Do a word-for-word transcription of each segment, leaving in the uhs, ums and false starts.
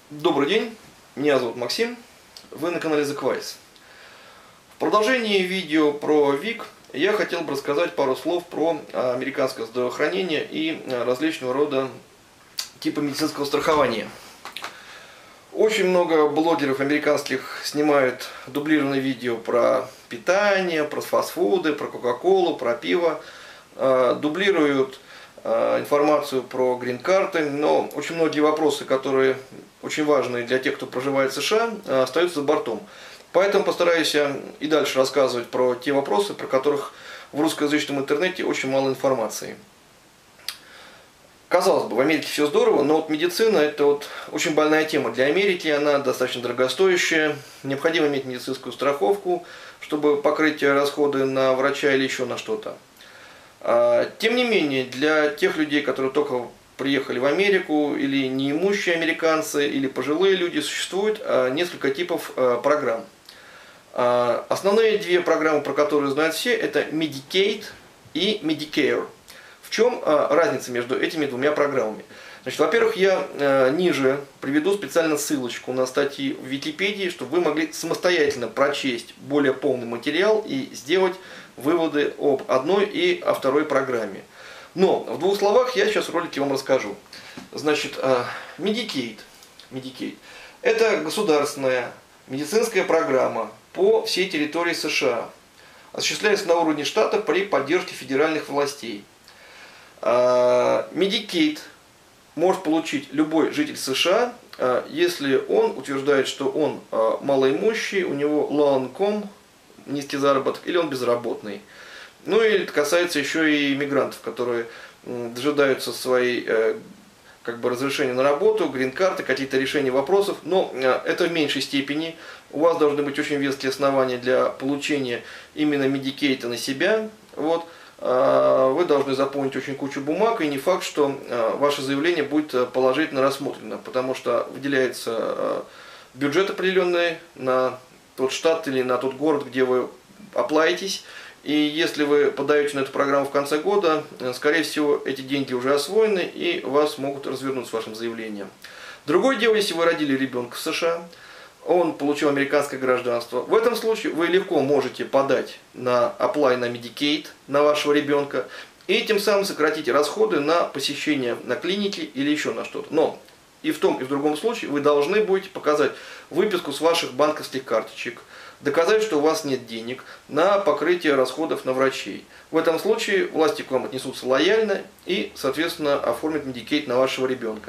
Добрый день, меня зовут Максим, вы на канале The Quiz. В продолжении видео про ВИК я хотел бы рассказать пару слов про американское здравоохранение и различного рода типы медицинского страхования. Очень много блогеров американских снимают дублированные видео про питание, про фастфуды, про кока-колу, про пиво, дублируют информацию про грин-карты, но очень многие вопросы, которые очень важны для тех, кто проживает в США, остаются за бортом. Поэтому постараюсь и дальше рассказывать про те вопросы, про которых в русскоязычном интернете очень мало информации. Казалось бы, в Америке все здорово, но вот медицина – это вот очень больная тема для Америки, она достаточно дорогостоящая, необходимо иметь медицинскую страховку, чтобы покрыть расходы на врача или еще на что-то. Тем не менее, для тех людей, которые только приехали в Америку, или неимущие американцы, или пожилые люди, существует несколько типов программ. Основные две программы, про которые знают все, это Medicaid и Medicare. В чем разница между этими двумя программами? Значит, во-первых, я ниже приведу специально ссылочку на статьи в Википедии, чтобы вы могли самостоятельно прочесть более полный материал и сделать выводы об одной и о второй программе. Но в двух словах я сейчас в ролике вам расскажу. Значит, Medicaid. Medicaid – это государственная медицинская программа по всей территории США. Осуществляется на уровне штата при поддержке федеральных властей. Medicaid может получить любой житель США, если он утверждает, что он малоимущий, у него low income, низкий заработок, или он безработный. Ну и это касается еще и иммигрантов, которые дожидаются своей как бы разрешения на работу, грин-карты, какие-то решения вопросов, но это в меньшей степени. У вас должны быть очень веские основания для получения именно Medicaid на себя. Вот. Вы должны заполнить очень кучу бумаг, и не факт, что ваше заявление будет положительно рассмотрено, потому что выделяется бюджет определенный на тот штат или на тот город, где вы оплаетесь. И если вы подаете на эту программу в конце года, скорее всего, эти деньги уже освоены, и вас могут развернуть с вашим заявлением. Другое дело, если вы родили ребенка в США, он получил американское гражданство. В этом случае вы легко можете подать на apply на Medicaid на вашего ребенка и тем самым сократить расходы на посещение на клинике или еще на что-то. Но и в том, и в другом случае вы должны будете показать выписку с ваших банковских карточек, доказать, что у вас нет денег на покрытие расходов на врачей. В этом случае власти к вам отнесутся лояльно и, соответственно, оформят Medicaid на вашего ребенка.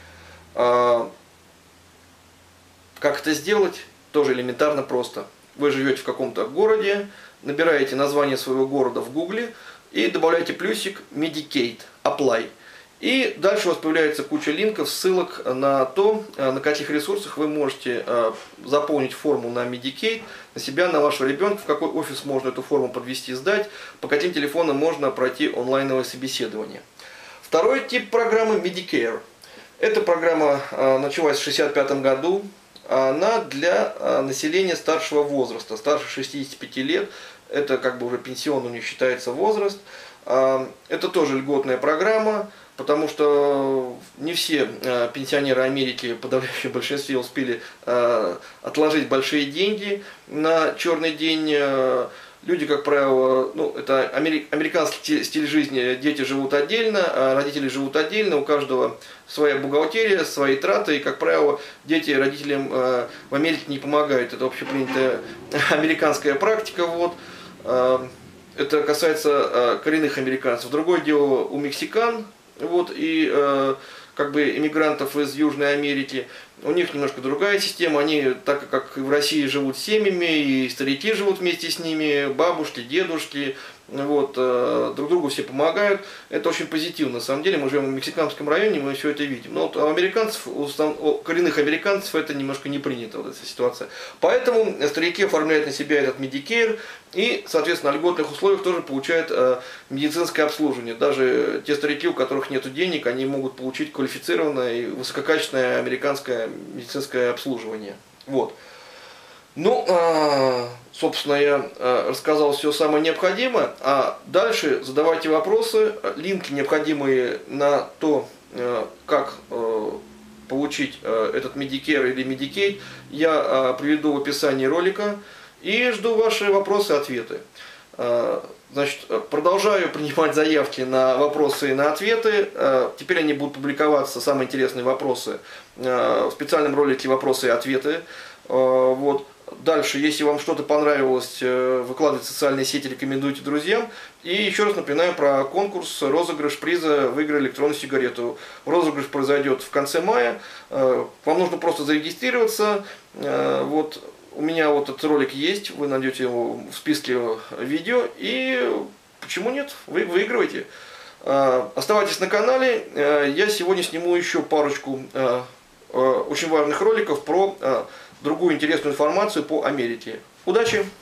Как это сделать? Тоже элементарно просто. Вы живете в каком-то городе, набираете название своего города в гугле и добавляете плюсик Medicaid, apply. И дальше у вас появляется куча линков, ссылок на то, на каких ресурсах вы можете заполнить форму на Medicaid, на себя, на вашего ребенка, в какой офис можно эту форму подвести, сдать, по каким телефонам можно пройти онлайновое собеседование. Второй тип программы Medicare. Эта программа началась в шестьдесят пятом году. Она для населения старшего возраста, старше шестидесяти пяти лет. Это как бы уже пенсионный у них считается возраст. Это тоже льготная программа, потому что не все пенсионеры Америки, в подавляющем большинстве, успели отложить большие деньги на черный день. Люди, как правило, ну, это американский стиль жизни, дети живут отдельно, родители живут отдельно, у каждого своя бухгалтерия, свои траты, и, как правило, дети родителям в Америке не помогают. Это общепринятая американская практика. Вот. Это касается коренных американцев. Другое дело у мексикан, вот, и как бы иммигрантов из Южной Америки. У них немножко другая система. Они, так как и в России, живут семьями, и старики живут вместе с ними, бабушки, дедушки, вот, друг другу все помогают. Это очень позитивно. На самом деле, мы живем в мексиканском районе, мы все это видим. Но вот у американцев, у коренных американцев это немножко не принято, вот эта ситуация. Поэтому старики оформляют на себя этот Medicare и, соответственно, на льготных условиях тоже получают э, медицинское обслуживание. Даже те старики, у которых нет денег, они могут получить квалифицированное и высококачественное американское медицинское обслуживание. Вот. Ну, собственно, я рассказал все самое необходимое, а дальше задавайте вопросы, линки необходимые на то, как получить этот Medicare или Medicaid, я приведу в описании ролика и жду ваши вопросы и ответы. Значит, продолжаю принимать заявки на вопросы и на ответы. Теперь они будут публиковаться, самые интересные вопросы, в специальном ролике «Вопросы и ответы». Вот. Дальше, если вам что-то понравилось, выкладывайте в социальные сети, рекомендуйте друзьям. И еще раз напоминаю про конкурс, розыгрыш приза «Выиграй электронную сигарету». Розыгрыш произойдет в конце мая. Вам нужно просто зарегистрироваться. Вот. У меня вот этот ролик есть, вы найдете его в списке видео. И почему нет, вы выигрываете. Оставайтесь на канале. Я сегодня сниму еще парочку очень важных роликов про другую интересную информацию по Америке. Удачи!